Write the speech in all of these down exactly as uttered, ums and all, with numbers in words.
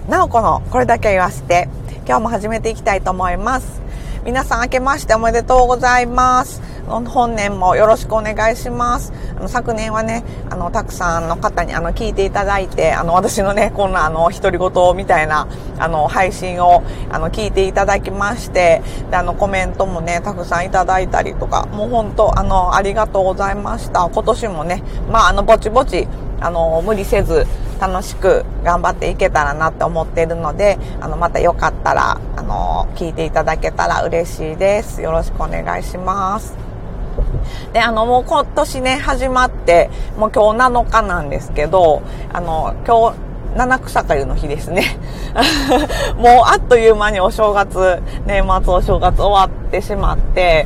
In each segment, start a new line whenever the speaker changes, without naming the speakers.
なおこのこれだけ言わせて、今日も始めていきたいと思います。皆さん明けましておめでとうございます。本年もよろしくお願いします。あの昨年はね、あのたくさんの方にあの聞いていただいて、あの私のねこんなあの独り言みたいなあの配信をあの聞いていただきまして、であのコメントもねたくさんいただいたりとか、もう本当あのありがとうございました。今年もね、まああのぼちぼちあの無理せず楽しく頑張っていけたらなって思っているので、あのまたよかったらあの聞いていただけたら嬉しいです。よろしくお願いします。で、あのもう今年ね始まってもう今日なのかなんですけど、あの今日七草粥の日ですねもうあっという間にお正月、年末お正月終わってしまって、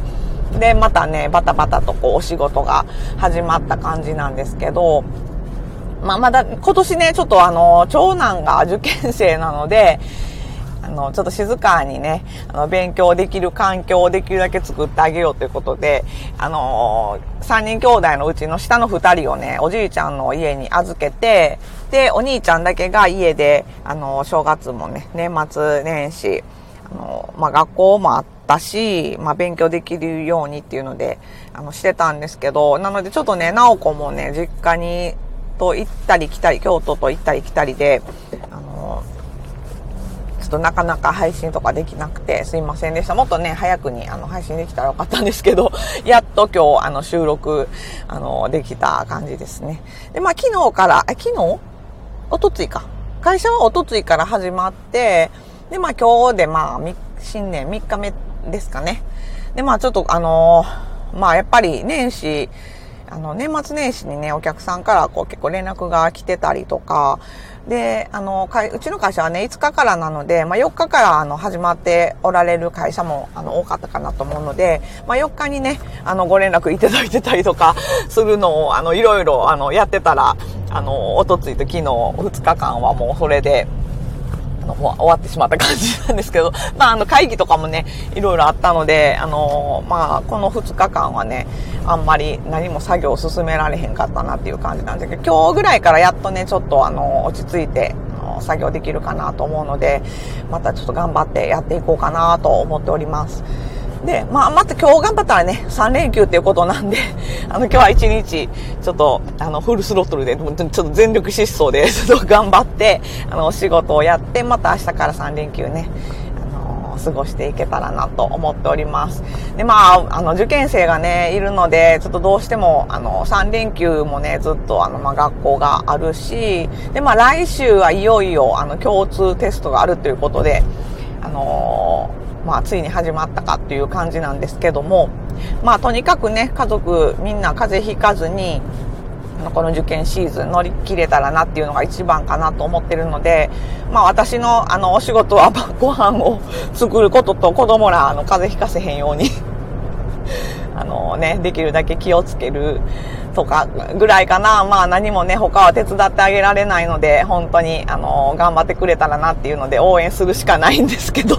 でまたねバタバタとこうお仕事が始まった感じなんですけど、まあ、まだ今年ねちょっとあの長男が受験生なので、あのちょっと静かにねあの勉強できる環境をできるだけ作ってあげようということで、あのー、さんにん兄弟のうちの下のふたりをねおじいちゃんの家に預けて、でお兄ちゃんだけが家であの正月もね年末年始あの、まあ、学校もあったし、まあ、勉強できるようにっていうのであのしてたんですけど、なのでちょっとね直子もね実家にと行ったり来たり、京都と行ったり来たりで、あのちょっとなかなか配信とかできなくてすいませんでした。もっとね早くにあの配信できたらよかったんですけど、やっと今日あの収録あのできた感じですね。でまあ昨日からえ昨日おとついか会社はおとついから始まって、でまあ今日でまあ新年みっかめですかね。でまあちょっとあのまあやっぱり年始あの年末年始にねお客さんからこう結構連絡が来てたりとかで、あのうちの会社はねいつかからなので、まあ、よっかからあの始まっておられる会社もあの多かったかなと思うので、まあ、よっかにねあのご連絡いただいてたりとかするのをあのいろいろあのやってたら、あのおとついと昨日ふつかかんはもうそれでもう終わってしまった感じなんですけど、まあ、あの会議とかもねいろいろあったので、あのまあこのふつかかんはねあんまり何も作業を進められへんかったなっていう感じなんですけど、今日ぐらいからやっとねちょっとあの落ち着いてあの作業できるかなと思うので、またちょっと頑張ってやっていこうかなと思っております。で、まあ、また今日頑張ったらね、さん連休っていうことなんで、あの、今日は一日、ちょっと、あの、フルスロットルで、ちょっと全力疾走で、ちょっと頑張って、あの、お仕事をやって、また明日からさん連休ね、あの、過ごしていけたらなと思っております。で、まあ、あの、受験生がね、いるので、ちょっとどうしても、あの、さん連休もね、ずっと、あの、まあ、学校があるし、で、まあ、来週はいよいよ、あの、共通テストがあるということで、あのー、まあ、ついに始まったかっていう感じなんですけども、まあ、とにかくね、家族みんな風邪ひかずに、この受験シーズン乗り切れたらなっていうのが一番かなと思ってるので、まあ、私のあの、お仕事はご飯を作ることと子供ら、あの、風邪ひかせへんように、あのね、できるだけ気をつけるとかぐらいかな。まあ何もね、他は手伝ってあげられないので、本当に、あの、頑張ってくれたらなっていうので応援するしかないんですけど。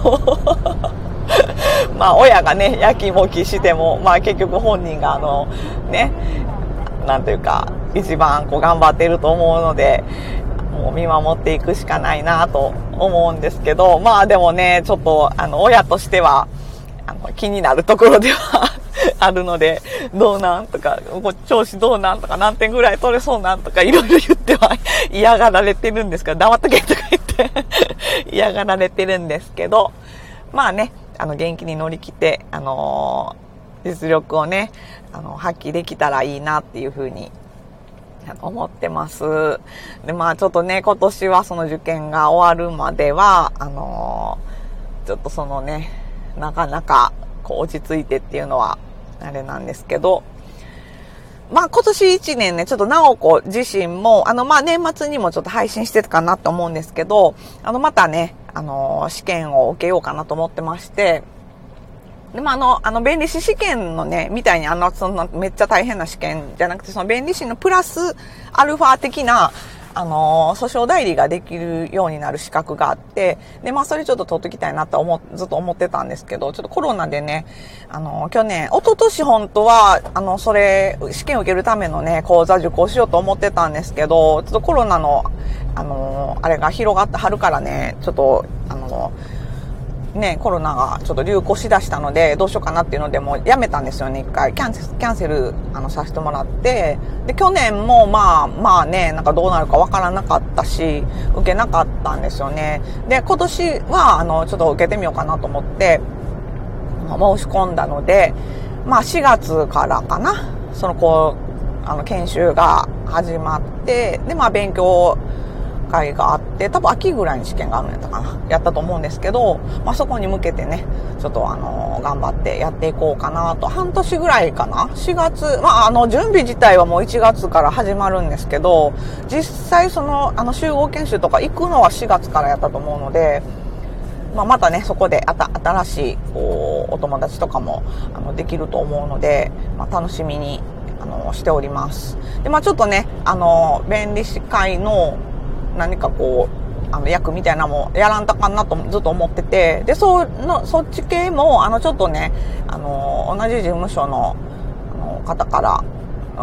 まあ親がね、やきもきしても、まあ結局本人があの、ね、なんというか、一番こう頑張っていると思うので、もう見守っていくしかないなと思うんですけど、まあでもね、ちょっと、あの、親としては、あの、気になるところではあるので、どうなんとか、調子どうなんとか、何点ぐらい取れそうなんとか、いろいろ言っては嫌がられてるんですけど、黙っとけとか言って嫌がられてるんですけど、まあね、あの、元気に乗り切って、あのー、実力をね、あの、発揮できたらいいなっていうふうに思ってます。で、まあちょっとね、今年はその受験が終わるまでは、あのー、ちょっとそのね、なかなかこう落ち着いてっていうのはあれなんですけど、まあ今年一年ね、ちょっとなおこ自身も、あのまあ年末にもちょっと配信してたかなと思うんですけど、あのまたね、あの試験を受けようかなと思ってまして、でもあの、あの弁理士試験のね、みたいにあの、そんなめっちゃ大変な試験じゃなくて、その弁理士のプラスアルファ的な、 あの、訴訟代理ができるようになる資格があって、で、まあ、それちょっと取っときたいなと思、ずっと思ってたんですけど、ちょっとコロナでね、あの、去年、一昨年本当は、あの、それ、試験受けるためのね、講座受講しようと思ってたんですけど、ちょっとコロナの、あの、あれが広がって春からね、ちょっと、あの、ね、コロナがちょっと流行しだしたので、どうしようかなっていうので、もうやめたんですよね、一回。キャンセル、キャンセル、あの、させてもらって。で、去年も、まあ、まあね、なんかどうなるかわからなかったし、受けなかったんですよね。で、今年は、あの、ちょっと受けてみようかなと思って、申し込んだので、まあ、しがつからかな、その、こう、あの、研修が始まって、で、まあ、勉強、会があって、多分秋ぐらいに試験があるんやったかな、やったと思うんですけど、まあそこに向けてね、ちょっとあのー、頑張ってやっていこうかなと、半年ぐらいかな、しがつ、まああの準備自体はもういちがつから始まるんですけど、実際そのあの集合研修とか行くのはしがつからやったと思うので、まあまたね、そこであた新しいこうお友達とかもあのできると思うので、まあ楽しみにあのしております。で、まあちょっとね、あの弁理士会の何かこう、あの、役みたいなのもやらんとかんなとずっと思ってて、で、そうの、そっち系も、あの、ちょっとね、あの、同じ事務所の、あの、方から、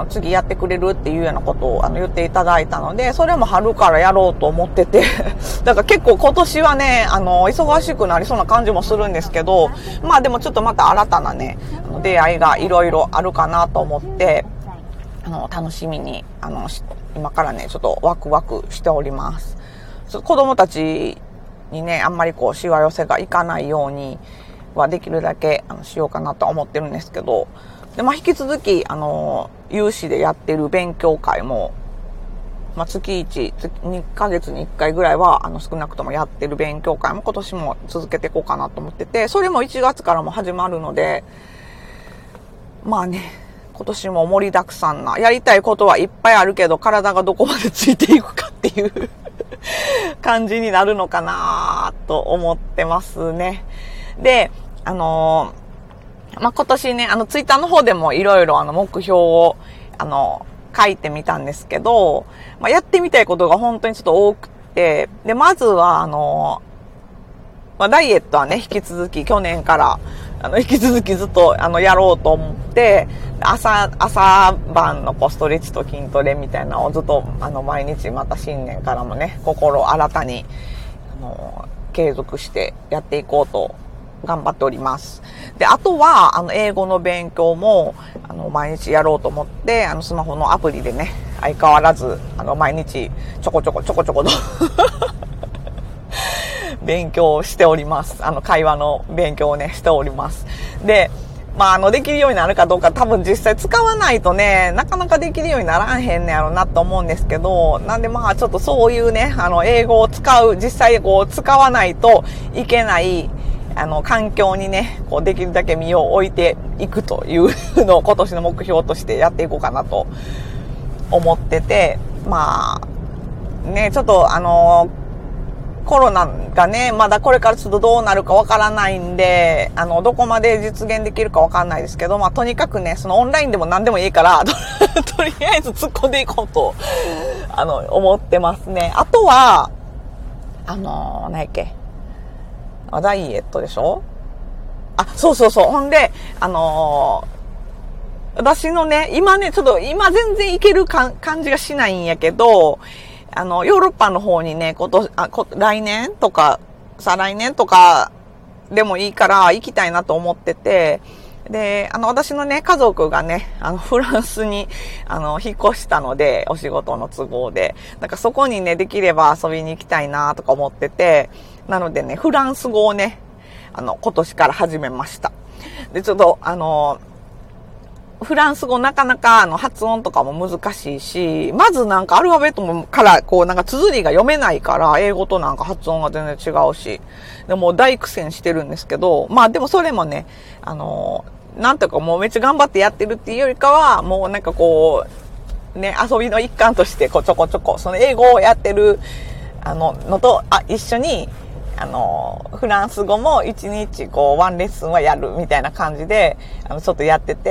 次やってくれるっていうようなことをあの言っていただいたので、それも春からやろうと思ってて、だから結構今年はね、あの、忙しくなりそうな感じもするんですけど、まあでもちょっとまた新たなね、あの出会いがいろいろあるかなと思って、あの、楽しみに、あの、今からね、ちょっとワクワクしております。子供たちにね、あんまりこう、しわ寄せがいかないようにはできるだけあのしようかなと思ってるんですけど、で、まあ、引き続き、あの、有志でやってる勉強会も、まあ、月いち、にかげつにいっかいぐらいは、あの、少なくともやってる勉強会も今年も続けていこうかなと思ってて、それもいちがつからも始まるので、まあね、今年も盛りだくさんな、やりたいことはいっぱいあるけど、体がどこまでついていくかっていう感じになるのかなと思ってますね。で、あのー、まあ、今年ね、あの、ツイッターの方でもいろいろあの、目標を、あの、書いてみたんですけど、まあ、やってみたいことが本当にちょっと多くて、で、まずは、あのー、まあ、ダイエットはね、引き続き去年から、あの、引き続きずっと、あの、やろうと思って、朝、朝晩のこうストレッチと筋トレみたいなのをずっと、あの、毎日また新年からもね、心を新たに、あの、継続してやっていこうと頑張っております。で、あとは、あの、英語の勉強も、あの、毎日やろうと思って、あの、スマホのアプリでね、相変わらず、あの、毎日、ちょこちょこちょこちょこと、勉強しております。あの、会話の勉強をね、しております。で、まあ、あの、できるようになるかどうか多分実際使わないとね、なかなかできるようにならんへんねやろうなと思うんですけど、なんでまあ、ちょっとそういうね、あの、英語を使う、実際こう、使わないといけない、あの、環境にね、こう、できるだけ身を置いていくというのを今年の目標としてやっていこうかなと思ってて、まあ、ね、ちょっとあの、コロナがね、まだこれからちょっとどうなるかわからないんで、あの、どこまで実現できるかわかんないですけど、まあ、とにかくね、そのオンラインでも何でもいいから、と, とりあえず突っ込んでいこうと、あの、思ってますね。あとは、あの、何やっけ、ダイエットでしょ？あ、そうそうそう。ほんで、あのー、私のね、今ね、ちょっと今全然いけるか感じがしないんやけど、あの、ヨーロッパの方にね、今年、あ、こ来年とか、再来年とかでもいいから行きたいなと思ってて、で、あの、私のね、家族がね、あの、フランスに、あの、引っ越したので、お仕事の都合で。なんかそこにね、できれば遊びに行きたいなとか思ってて、なのでね、フランス語をね、あの、今年から始めました。で、ちょっと、あの、フランス語なかなかあの発音とかも難しいし、まずなんかアルファベットもからこうなんか綴りが読めないから、英語となんか発音が全然違うし、でも大苦戦してるんですけど、まあでもそれもね、あの、なんとかもうめっちゃ頑張ってやってるっていうよりかは、もうなんかこう、ね、遊びの一環としてこうちょこちょこ、その英語をやってる、あの、のと、あ、一緒に、あの、フランス語も一日こうワンレッスンはやるみたいな感じで、あの、ちょっとやってて、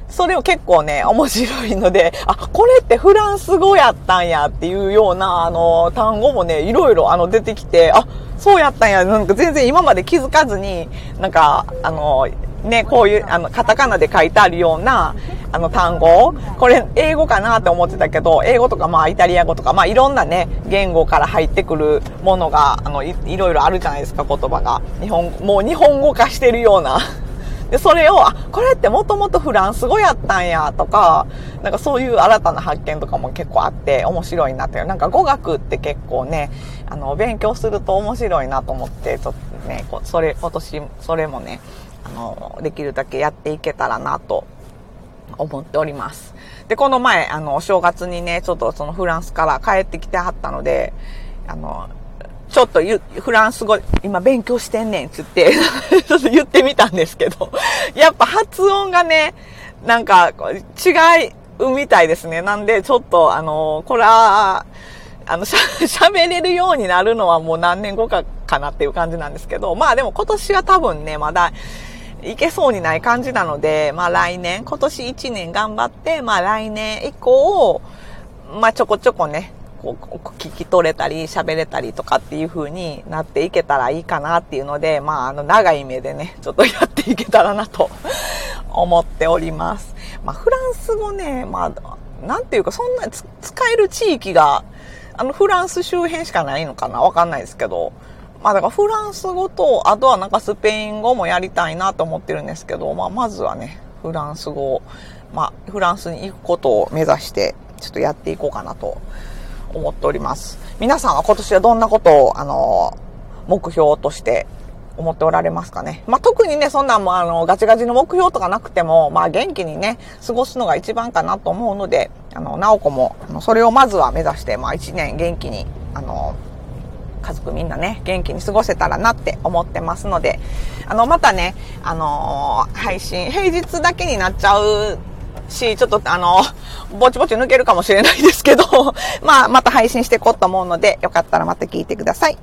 それを結構ね、面白いので、あ、これってフランス語やったんやっていうような、あの、単語もね、いろいろあの出てきて、あ、そうやったんや、なんか全然今まで気づかずに、なんか、あの、ね、こういう、あの、カタカナで書いてあるような、あの単語、これ英語かなって思ってたけど、英語とかまあイタリア語とか、まあいろんなね、言語から入ってくるものが、あの、い、いろいろあるじゃないですか、言葉が。日本、もう日本語化してるような。で、それを、あ、これってもともとフランス語やったんやとか、なんかそういう新たな発見とかも結構あって面白いなって。なんか語学って結構ね、あの、勉強すると面白いなと思って、ちょっとね、それ、今年、それもね、あの、できるだけやっていけたらなと思っております。で、この前、あの、お正月にね、ちょっとそのフランスから帰ってきてはったので、あの、ちょっとフランス語今勉強してんねんって言ってちょっと言ってみたんですけど、やっぱ発音がね、なんか違うみたいですね。なんでちょっとあの、これは、あの、しゃ、喋れるようになるのはもう何年後かかなっていう感じなんですけど、まあでも今年は多分ね、まだいけそうにない感じなので、まあ来年、今年いちねん頑張って、まあ来年以降、まあちょこちょこね、聞き取れたり喋れたりとかっていう風になっていけたらいいかなっていうので、まああの長い目でねちょっとやっていけたらなと思っております。まあフランス語ね、まあなんていうかそんな使える地域があのフランス周辺しかないのかな、わかんないですけど、まあだからフランス語とあとはなんかスペイン語もやりたいなと思ってるんですけど、まあまずはねフランス語、まあフランスに行くことを目指してちょっとやっていこうかなと思っております。皆さんは今年はどんなことを、あの、目標として思っておられますかね。まあ、特にね、そんなんもあの、ガチガチの目標とかなくても、まあ、元気にね、過ごすのが一番かなと思うので、あの、なおこも、あのそれをまずは目指して、まあ、一年元気に、あの、家族みんなね、元気に過ごせたらなって思ってますので、あの、またね、あの、配信、平日だけになっちゃうし、ちょっとあの、ぼちぼち抜けるかもしれないですけど、まあ、また配信していこうと思うので、よかったらまた聞いてください。